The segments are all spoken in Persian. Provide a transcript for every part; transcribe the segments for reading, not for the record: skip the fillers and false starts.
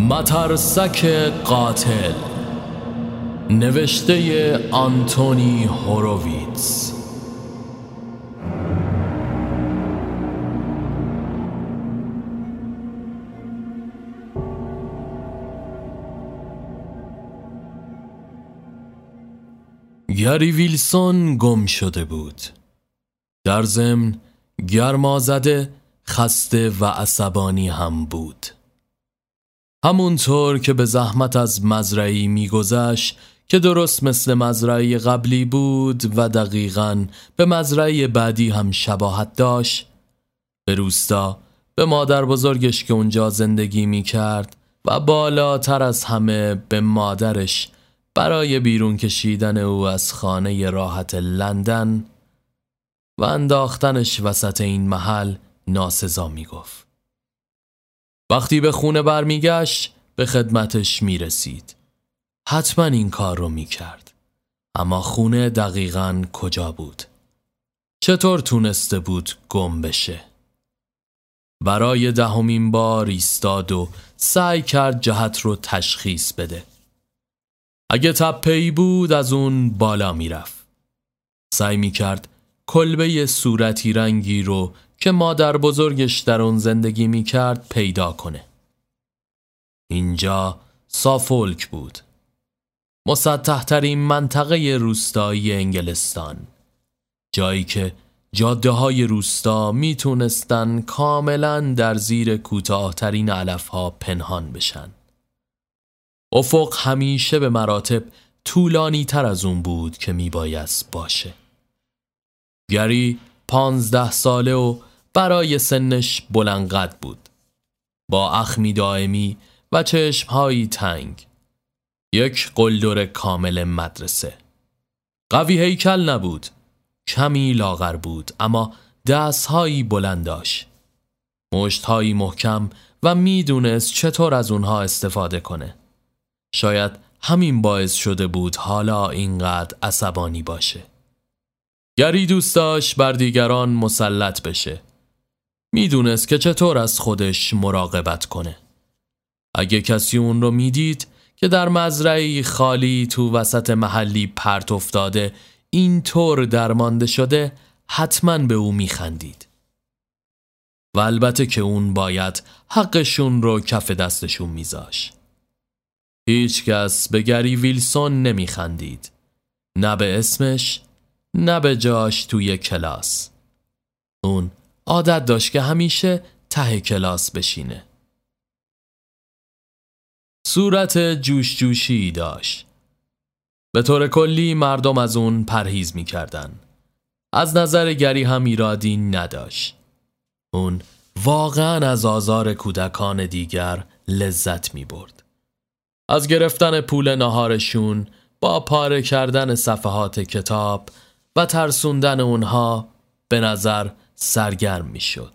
مترسک قاتل، نوشته آنتونی هوروویتز. گری ویلسون گم شده بود. در ضمن گرمازده، خسته و عصبانی هم بود. همونطور که به زحمت از مزرعه‌ای می‌گذشت که درست مثل مزرعه قبلی بود و دقیقاً به مزرعه بعدی هم شباهت داشت، به روستا، به مادر بزرگش که اونجا زندگی می‌کرد و بالاتر از همه به مادرش برای بیرون کشیدن او از خانه راحت لندن و انداختنش وسط این محل ناسزا میگفت. وقتی به خونه برمیگشت به خدمتش میرسید. حتما این کار رو میکرد. اما خونه دقیقاً کجا بود؟ چطور تونسته بود گم بشه؟ برای 10مین بار ایستاد و سعی کرد جهت رو تشخیص بده. اگه تپه‌ای بود از اون بالا میرفت. سعی میکرد کلبه صورتی رنگی رو که مادر بزرگش در اون زندگی میکرد پیدا کنه. اینجا سافولک بود، مسطح ترین منطقه روستایی انگلستان، جایی که جاده های روستا میتونستن کاملا در زیر کوتاه‌ترین علف‌ها پنهان بشن. افق همیشه به مراتب طولانی تر از اون بود که میبایست باشه. گری 15 ساله و برای سنش بلند قد بود، با اخمی دائمی و چشمهایی تنگ، یک قلدر کامل مدرسه. قوی هیکل نبود، کمی لاغر بود، اما دستهایی بلند داشت، مشتهایی محکم و میدونست چطور از اونها استفاده کنه. شاید همین باعث شده بود حالا اینقدر عصبانی باشه. گری دوست داشت بر دیگران مسلط بشه. میدونست که چطور از خودش مراقبت کنه. اگه کسی اون رو میدید که در مزرعه‌ای خالی تو وسط محلی پرت افتاده اینطور درمانده شده، حتما به او میخندید. و البته که اون باید حقشون رو کف دستشون میذاش. هیچ کس به گری ویلسون نمیخندید، نه به اسمش نه به جاش توی کلاس. اون عادت داشت که همیشه ته کلاس بشینه. صورت جوش جوشی داشت. به طور کلی مردم از اون پرهیز میکردن. از نظر گری هم ایرادی نداشت. اون واقعا از آزار کودکان دیگر لذت میبرد. از گرفتن پول ناهارشون با پاره کردن صفحات کتاب و ترسوندن اونها به نظر سرگرم میشد.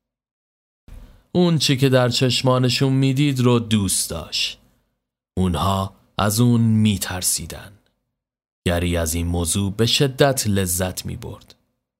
اون چی که در چشمانشون میدید رو دوست داشت. اونها از اون میترسیدن. گری از این موضوع به شدت لذت میبرد.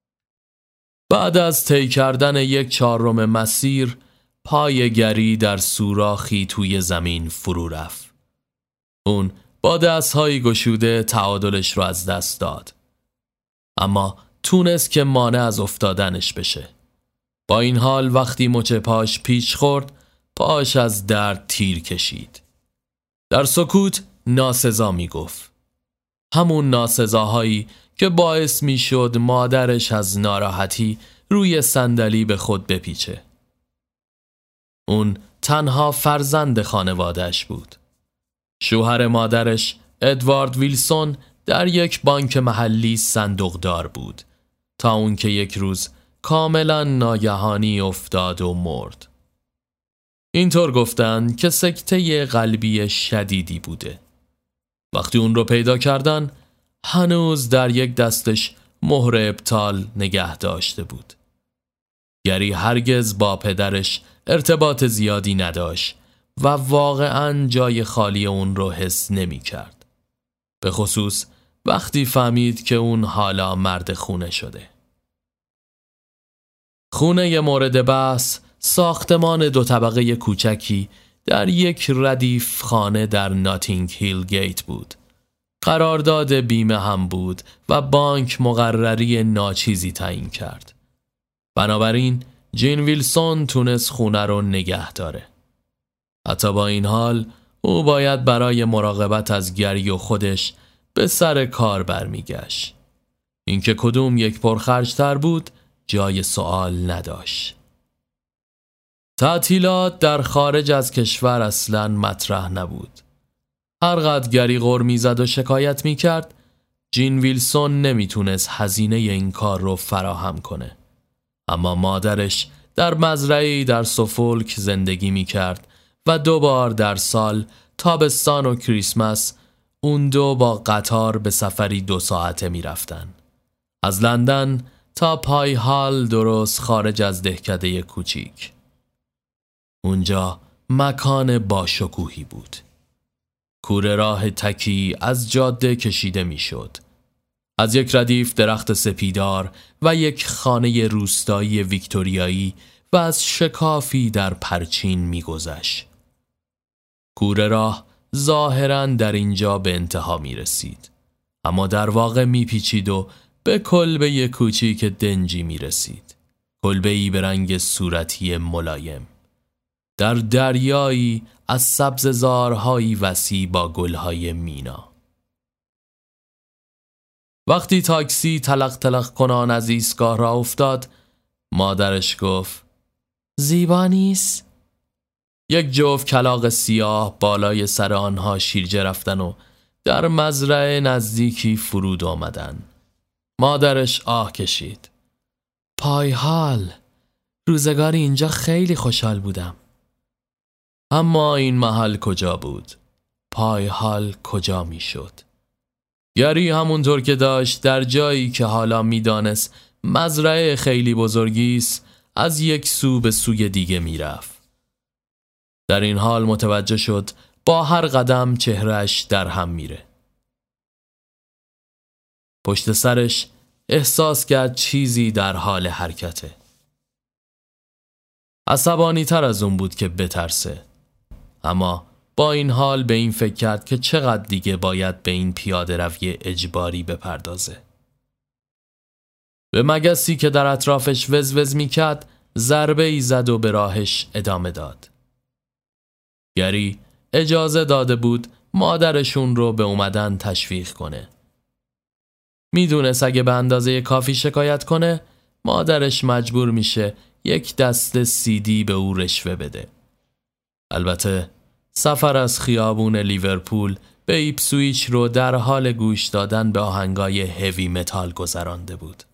بعد از طی کردن 1/4 مسیر، پای گری در سوراخی توی زمین فرو رفت. اون با دست‌های گشوده تعادلش رو از دست داد. اما تونست که مانع از افتادنش بشه. با این حال وقتی مچ پاش پیچ خورد، پاش از درد تیر کشید. در سکوت ناسزا می گفت. همون ناسزاهایی که باعث می شد مادرش از ناراحتی روی صندلی به خود بپیچه. اون تنها فرزند خانواده‌اش بود. شوهر مادرش ادوارد ویلسون در یک بانک محلی صندوقدار بود تا اون که یک روز کاملا ناگهانی افتاد و مرد. اینطور گفتن که سکته قلبی شدیدی بوده. وقتی اون رو پیدا کردن، هنوز در یک دستش مهر ابطال نگه داشته بود. گری هرگز با پدرش ارتباط زیادی نداشت و واقعاً جای خالی اون رو حس نمی کرد. به خصوص وقتی فهمید که اون حالا مرد خونه شده. خونه مورد بحث ساختمان 2 طبقه کوچکی در یک ردیف خانه در ناتینگ هیل گیت بود. قرارداد بیمه هم بود و بانک مقرری ناچیزی تعیین کرد. بنابراین جین ویلسون تونست خونه رو نگه داره. حتی با این حال او باید برای مراقبت از گری و خودش به سر کار برمیگشت. اینکه کدوم یک پرخرج‌تر بود جای سوال نداشت. تعطیلات در خارج از کشور اصلاً مطرح نبود. هرقدر گری غر میزد و شکایت میکرد، جین ویلسون نمیتونست هزینه این کار رو فراهم کنه. اما مادرش در مزرعه‌ای در سوفولک زندگی میکرد و 2 بار در سال تابستان و کریسمس اون دو با قطار به سفری 2 ساعته میرفتن. از لندن تا پای هال، درست خارج از دهکده کوچیک. اونجا مکان باشکوهی بود. کوره راه تکی از جاده کشیده میشد. از یک ردیف درخت سپیدار و یک خانه روستایی ویکتوریایی و از شکافی در پرچین میگذشت. کوره راه ظاهراً در اینجا به انتها می رسید، اما در واقع می پیچید و به کلبه کوچیک دنجی می رسید. کلبه‌ای به رنگ صورتی ملایم در دریایی از سبززارهایی وسیع با گلهای مینا. وقتی تاکسی تلق تلق کنان از ایستگاه را افتاد، مادرش گفت زیبا نیست؟ یک جفت کلاغ سیاه بالای سر آنها شیرجه رفتن و در مزرعه نزدیکی فرود آمدن. مادرش آه کشید. پای حال، روزگاری اینجا خیلی خوشحال بودم. اما این محل کجا بود؟ پای حال کجا می شد؟ گری همونطور که داشت در جایی که حالا می دانست مزرعه خیلی بزرگی است، از یک سو به سوی دیگه می رفت. در این حال متوجه شد با هر قدم چهرهش در هم میره. پشت سرش احساس کرد چیزی در حال حرکته. عصبانی تر از اون بود که بترسه. اما با این حال به این فکر کرد که چقدر دیگه باید به این پیاده روی اجباری بپردازه. به مگسی که در اطرافش وزوز میکرد ضربه ای زد و به راهش ادامه داد. گری اجازه داده بود مادرشون رو به اومدن تشویق کنه. میدونست اگه به اندازه کافی شکایت کنه مادرش مجبور میشه یک دسته CD به او رشوه بده. البته سفر از خیابون لیورپول به ایپسویچ رو در حال گوش دادن به آهنگای هیوی متال گذرانده بود.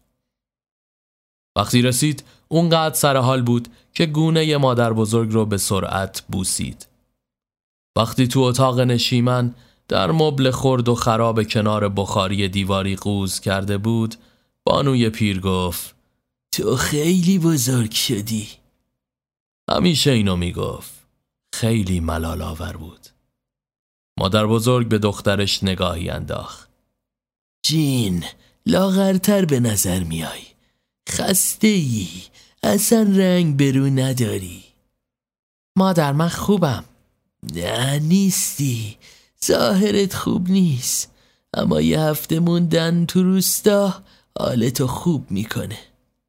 وقتی رسید اونقدر سرحال بود که گونه مادر بزرگ رو به سرعت بوسید. وقتی تو اتاق نشیمن در مبل خرد و خراب کنار بخاری دیواری قوز کرده بود، بانوی پیر گفت تو خیلی بزرگ شدی. همیشه اینو میگفت. خیلی ملال آور بود. مادر بزرگ به دخترش نگاهی انداخت. جین، لاغرتر به نظر میای. خسته ای، اصلا رنگ برو نداری. مادر من خوبم. نه نیستی، ظاهرت خوب نیست، اما یه هفته موندن تو روستا حالتو خوب میکنه.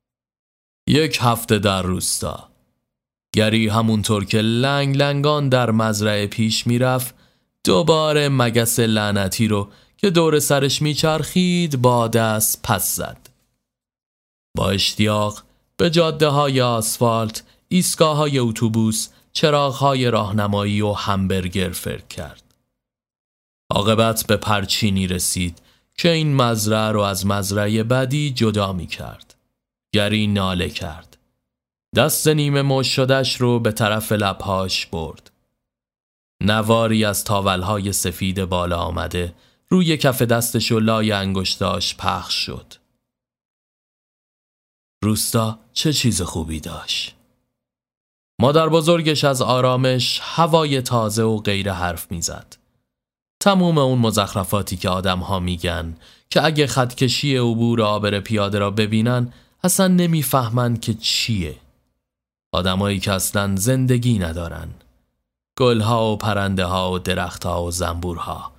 1 هفته در روستا. گری همونطور که لنگ لنگان در مزرعه پیش میرفت دوباره مگس لعنتی رو که دور سرش میچرخید با دست پس زد. با اشتیاق به جاده های آسفالت، ایستگاه های اتوبوس، چراغ های راهنمایی و همبرگر فرک کرد. عاقبت به پرچینی رسید که این مزرعه رو از مزرعه بعدی جدا می کرد. گری ناله کرد. دست نیمه مشت شدش رو به طرف لبهاش برد. نواری از تاولهای سفید بالا آمده روی کف دستش و لای انگشتاش پخش شد. روستا چه چیز خوبی داشت. مادر بزرگش از آرامش، هوای تازه و غیره حرف میزد. تموم اون مزخرفاتی که آدم ها میگن که اگه خطکشی عبور عابر پیاده را ببینن اصلا نمیفهمن که چیه. آدمایی که اصلا زندگی ندارن. گلها و پرنده ها و درختها و زنبورها.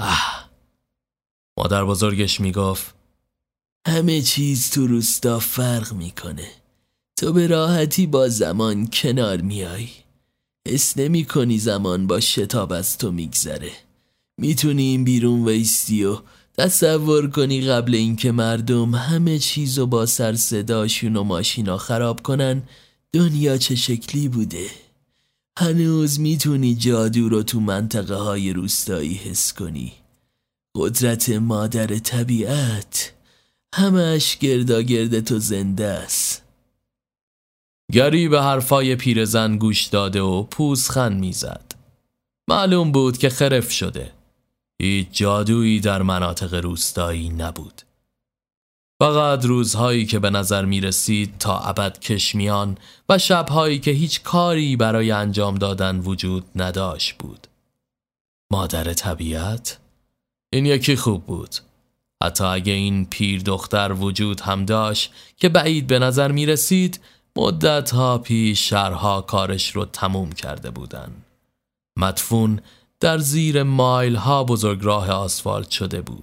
مادر بزرگش میگفت همه چیز تو روستا فرق میکنه. تو به راحتی با زمان کنار میای. حس نمی کنی زمان با شتاب از تو میگذره. میتونی این بیرون ویستی و تصور کنی قبل اینکه مردم همه چیزو با سر صداشون و ماشینا خراب کنن دنیا چه شکلی بوده. هنوز میتونی جادو رو تو منطقه های روستایی حس کنی. قدرت مادر طبیعت همش گرداگرد تو زنده است. گری به حرفای پیرزن گوش داده و پوزخند میزد. معلوم بود که خرف شده. هیچ جادویی در مناطق روستایی نبود. فقط روزهایی که به نظر می رسید تا ابد کشمیان و شبهایی که هیچ کاری برای انجام دادن وجود نداشت بود. مادر طبیعت؟ این یکی خوب بود. حتی اگه این پیر دختر وجود هم داشت که بعید به نظر می رسید، مدتها پیش شهرها کارش رو تموم کرده بودن. مدفون در زیر مایل ها بزرگراه آسفالت شده بود.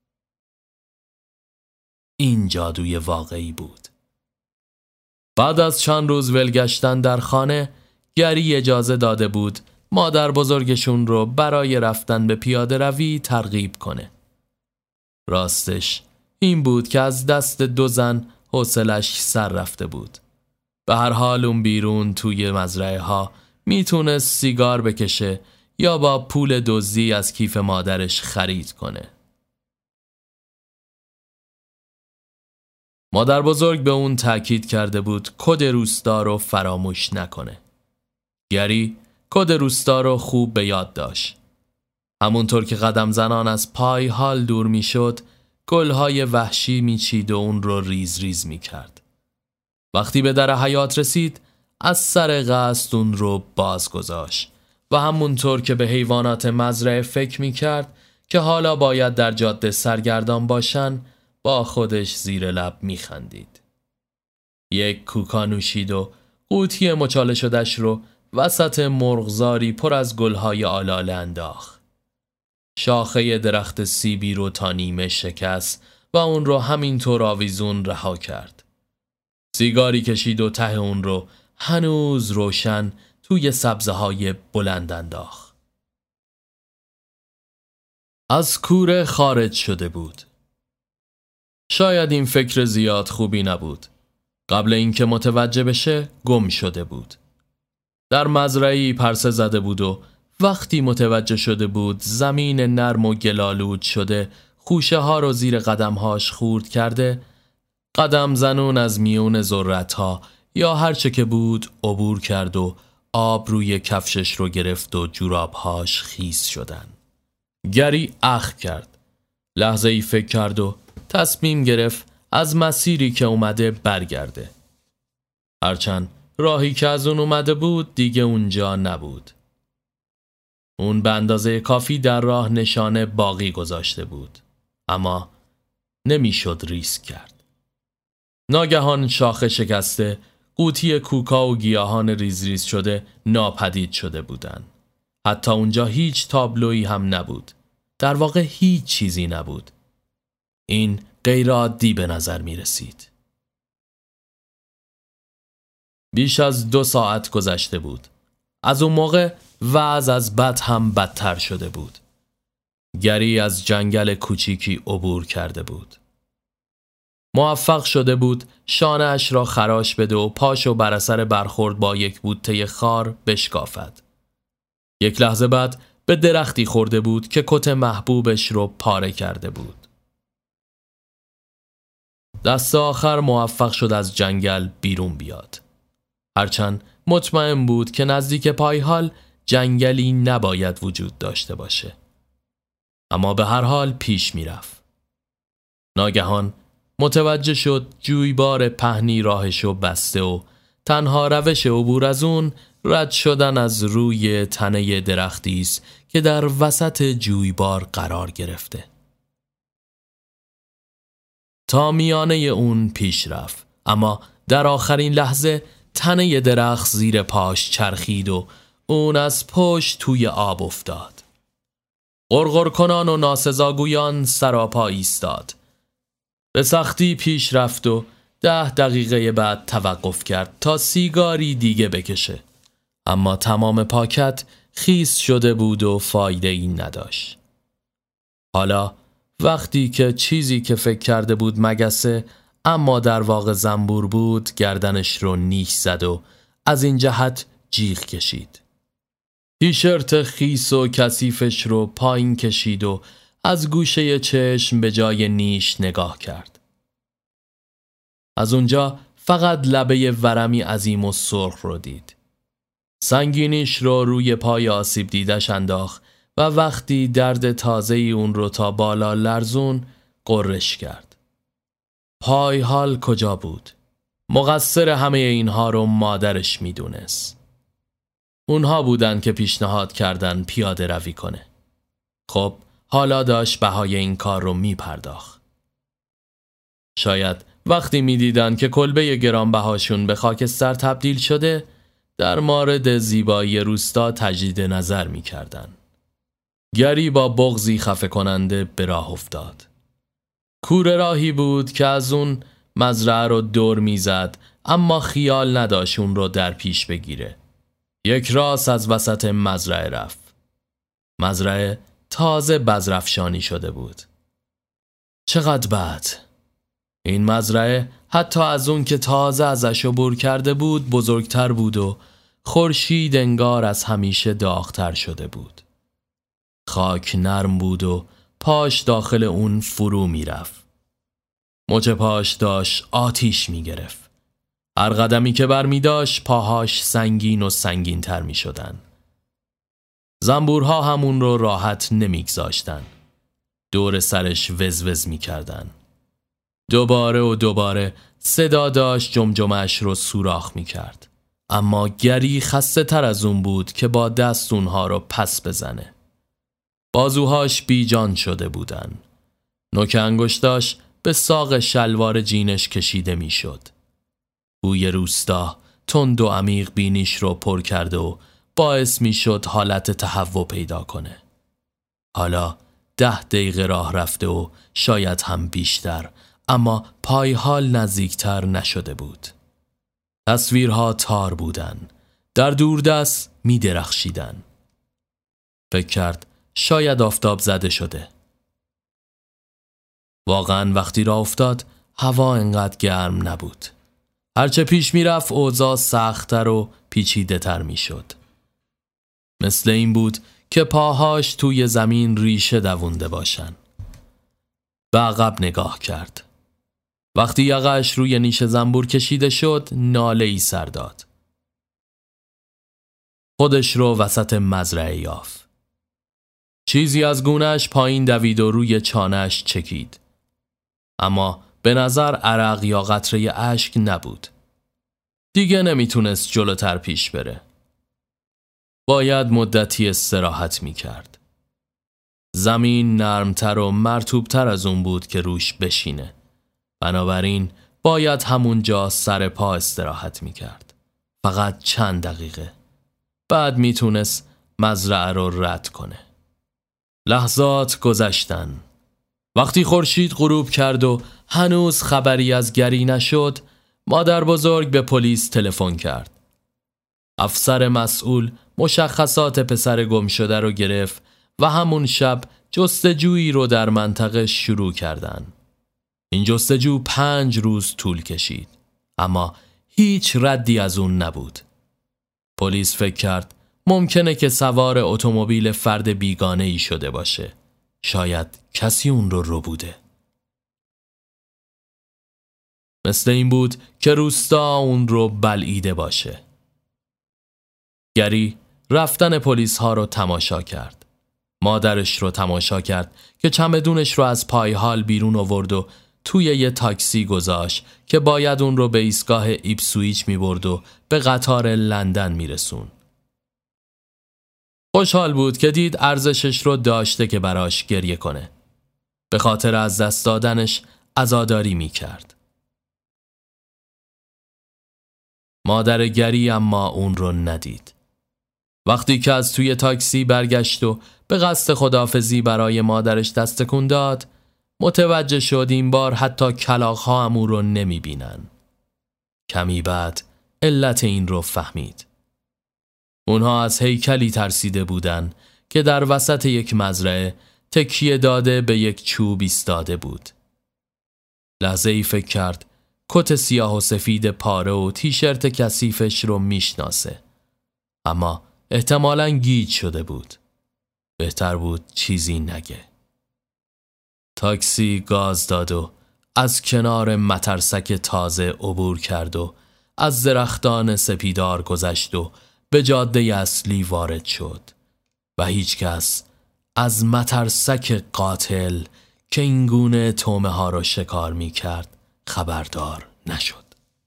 این جادوی واقعی بود. بعد از چند روز ولگشتن در خانه، گری اجازه داده بود مادر بزرگشون رو برای رفتن به پیاده روی ترغیب کنه. راستش این بود که از دست دو زن حوصله‌اش سر رفته بود. به هر حال اون بیرون توی مزرعه ها میتونست سیگار بکشه یا با پول دزدی از کیف مادرش خرید کنه. مادر بزرگ به اون تأکید کرده بود کد روستا رو فراموش نکنه. گری کد روستا رو خوب به یاد داشت. همونطور که قدم زنان از پای حال دور می شد، گلهای وحشی می چید و اون رو ریز ریز می کرد. وقتی به در حیاط رسید، از سر قصد اون رو باز گذاشت و همونطور که به حیوانات مزرعه فکر می کرد که حالا باید در جاده سرگردان باشن، با خودش زیر لب می خندید. یک کوکا نوشید و قوطی مچاله شدش رو وسط مرغزاری پر از گلهای آلاله انداخت. شاخه درخت سیبی رو تا نیمه شکست و اون رو همینطور آویزون رها کرد. سیگاری کشید و ته اون رو هنوز روشن توی سبزه‌های بلند انداخت. از کوره خارج شده بود. شاید این فکر زیاد خوبی نبود. قبل اینکه متوجه بشه گم شده بود. در مزرعه‌ای پرسه زده بود و وقتی متوجه شده بود زمین نرم و گلالود شده خوشه ها رو زیر قدمهاش خورد کرده، قدم زنون از میون ذرت‌ها یا هرچه که بود عبور کرد و آب روی کفشش رو گرفت و جورابهاش خیس شدن. گری اخ کرد. لحظه ای فکر کرد و تصمیم گرفت از مسیری که اومده برگرده. هرچند راهی که از اون اومده بود دیگه اونجا نبود. اون به اندازه کافی در راه نشانه باقی گذاشته بود، اما نمیشد ریسک کرد. ناگهان شاخه شکسته، قوطی کوکا و گیاهان ریز ریز شده ناپدید شده بودن. حتی اونجا هیچ تابلویی هم نبود. در واقع هیچ چیزی نبود. این غیر عادی به نظر می رسید. بیش از 2 ساعت گذشته بود. از اون موقع وضع از بد هم بدتر شده بود. گری از جنگل کوچیکی عبور کرده بود. موفق شده بود شانه اش را خراش بده و پاشو بر اثر برخورد با یک بوته خار بشکافد. یک لحظه بعد به درختی خورده بود که کت محبوبش رو پاره کرده بود. دست آخر موفق شد از جنگل بیرون بیاد. هرچند مطمئن بود که نزدیک پایحال جنگلی نباید وجود داشته باشه. اما به هر حال پیش میرفت. ناگهان متوجه شد جویبار پهنی راهشو بسته و تنها روش عبور از اون رد شدن از روی تنه درختی است که در وسط جویبار قرار گرفته. تا میانه اون پیش رفت، اما در آخرین لحظه تنه درخت زیر پاش چرخید و اون از پشت توی آب افتاد. غرغر کنان و ناسزاگویان سراپا ایستاد. به سختی پیش رفت و 10 دقیقه بعد توقف کرد تا سیگاری دیگه بکشه. اما تمام پاکت خیس شده بود و فایده ای نداشت. حالا وقتی که چیزی که فکر کرده بود مگسه اما در واقع زنبور بود، گردنش رو نیش زد و از این جهت جیغ کشید. تیشرت خیس و کثیفش رو پایین کشید و از گوشه چشم به جای نیش نگاه کرد. از اونجا فقط لبه ورمی عظیم و سرخ رو دید. سنگینیش رو روی پای آسیب دیدش انداخت و وقتی درد تازه‌ای اون رو تا بالا لرزون قرش کرد. پای حال کجا بود؟ مقصر همه اینها رو مادرش میدونست. اونها بودن که پیشنهاد کردن پیاده روی کنه. خب حالا داشت بهای این کار رو میپرداخت. شاید وقتی میدیدن که کلبه گرانبهاشون به خاکستر تبدیل شده، در مورد زیبایی روستا تجدید نظر میکردن. گری با بغضی خفه کننده به راه افتاد. کوره راهی بود که از اون مزرعه رو دور میزد، اما خیال نداشت اون رو در پیش بگیره. یک راست از وسط مزرعه رفت. مزرعه تازه بذرافشانی شده بود. چقدر بد. این مزرعه حتی از اون که تازه ازش عبور کرده بود بزرگتر بود و خورشید انگار از همیشه داغ‌تر شده بود. خاک نرم بود و پاش داخل اون فرو می رفت. مچ پاش داشت آتیش می گرفت. هر قدمی که بر می داشت پاهاش سنگین و سنگین تر می شدن. زنبورها همون رو راحت نمی گذاشتن. دور سرش وزوز می کردن. دوباره و دوباره صدا داشت جمجمش رو سوراخ می کرد. اما گری خسته تر از اون بود که با دست اونها رو پس بزنه. بازوهاش بیجان شده بودن. نوک انگشتاش به ساق شلوار جینش کشیده می شد. بوی روستا تند و عمیق بینیش رو پر کرده و باعث می شد حالت تهوع پیدا کنه. حالا 10 دقیقه راه رفته و شاید هم بیشتر، اما پای حال نزدیکتر نشده بود. تصویرها تار بودن. در دوردست می درخشیدن. فکر کرد شاید آفتاب زده شده. واقعا وقتی راه افتاد هوا انقدر گرم نبود. هرچه پیش می رفت اوضاع سخت‌تر و پیچیده تر می شد. مثل این بود که پاهاش توی زمین ریشه دوونده باشن. به عقب نگاه کرد. وقتی یقه‌اش روی نیش زنبور کشیده شد ناله‌ای سر داد. خودش رو وسط مزرعه یافت. چیزی از گونه‌اش پایین دوید و روی چانه‌اش چکید. اما به نظر عرق یا قطره اشک نبود. دیگه نمیتونست جلوتر پیش بره. باید مدتی استراحت میکرد. زمین نرمتر و مرطوبتر از اون بود که روش بشینه. بنابراین باید همونجا سر پا استراحت میکرد. فقط چند دقیقه. بعد میتونست مزرعه رو رد کنه. لحظات گذشتن. وقتی خورشید غروب کرد و هنوز خبری از گری نشد، مادر بزرگ به پلیس تلفن کرد. افسر مسئول مشخصات پسر گم شده رو گرفت و همون شب جستجویی رو در منطقه شروع کردن. این جستجو 5 روز طول کشید، اما هیچ ردی از اون نبود. پلیس فکر کرد ممکنه که سوار اتومبیل فرد بیگانه‌ای شده باشه. شاید کسی اون رو بوده. مثل این بود که روستا اون رو بلعیده باشه. گری رفتن پلیس ها رو تماشا کرد. مادرش رو تماشا کرد که چمدونش رو از پای حال بیرون آورد و توی یه تاکسی گذاشت که باید اون رو به ایستگاه ایپسویچ می برد و به قطار لندن می رسون. خوشحال بود که دید ارزشش رو داشته که براش گریه کنه. به خاطر از دست دادنش عزاداری می کرد. مادر گری اما اون رو ندید. وقتی که از توی تاکسی برگشت و به قصد خداحافظی برای مادرش دست تکون داد، متوجه شد این بار حتی کلاغ‌ها هم او رو نمی‌بینن. کمی بعد علت این رو فهمید. اونها از هیکلی ترسیده بودن که در وسط یک مزرعه تکیه داده به یک چوب ایستاده بود. لحظه ای فکر کرد کت سیاه و سفید پاره و تیشرت کثیفش رو میشناسه، اما احتمالاً گیج شده بود. بهتر بود چیزی نگه. تاکسی گاز داد و از کنار مترسک تازه عبور کرد و از درختان سپیدار گذشت و به جاده اصلی وارد شد و هیچ کس از مترسک قاتل که اینگونه تومه ها را شکار می کرد خبردار نشد.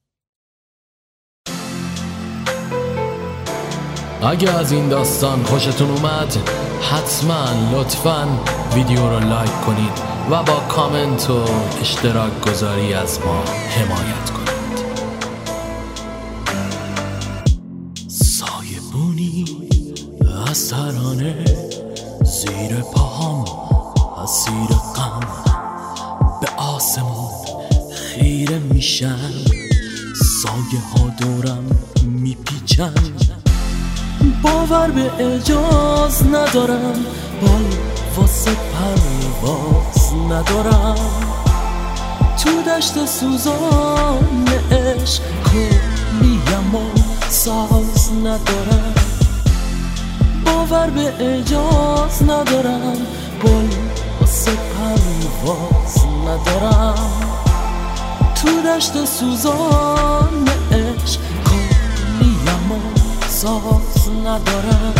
اگه از این داستان خوشتون اومد حتما لطفاً ویدیو رو لایک کنید و با کامنت و اشتراک گذاری از ما حمایت کنید. سایبونی از ترانه زیر پاهم، اسیر غم به آسمون خیره میشن، سایه ها دورم میپیچن، باور به اجاز ندارم، بال واسه پرواز ندارم، تو دشت سوزان عشق کلیم و ساز ندارم، باور به اجاز ندارم، بال واسه پرواز ندارم، تو دشت سوزان عشق کلیم و ساز ندارم.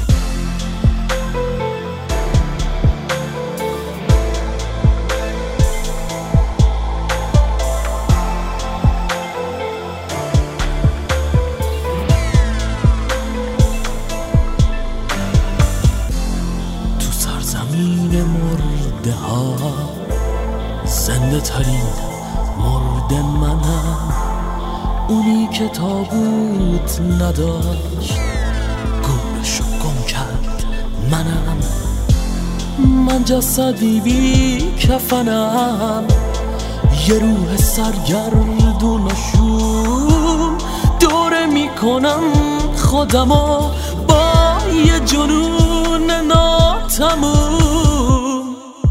تو سرزمین مرده ها زنده ترین مرده منم، اونی که تابوت نداشت گورشو گم کرد منم، من جسدی بی کفنم، یه روح سرگردون و شوم، دوره میکنم خودمو با یه جنون ناتموم،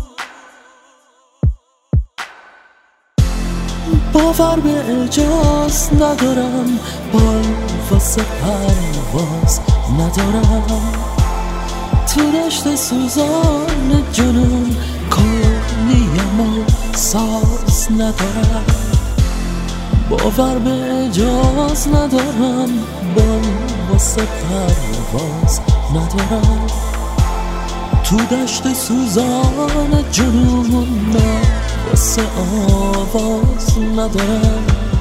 باور به اجاز ندارم، بال واسه پرواز ندارم، تو دشت سوزان جنون کلیم و ساز ندارم، باور به اجاز ندارم، بال واسه پرواز ندارم، تو دشت سوزان جنون واسه آواز ندارم.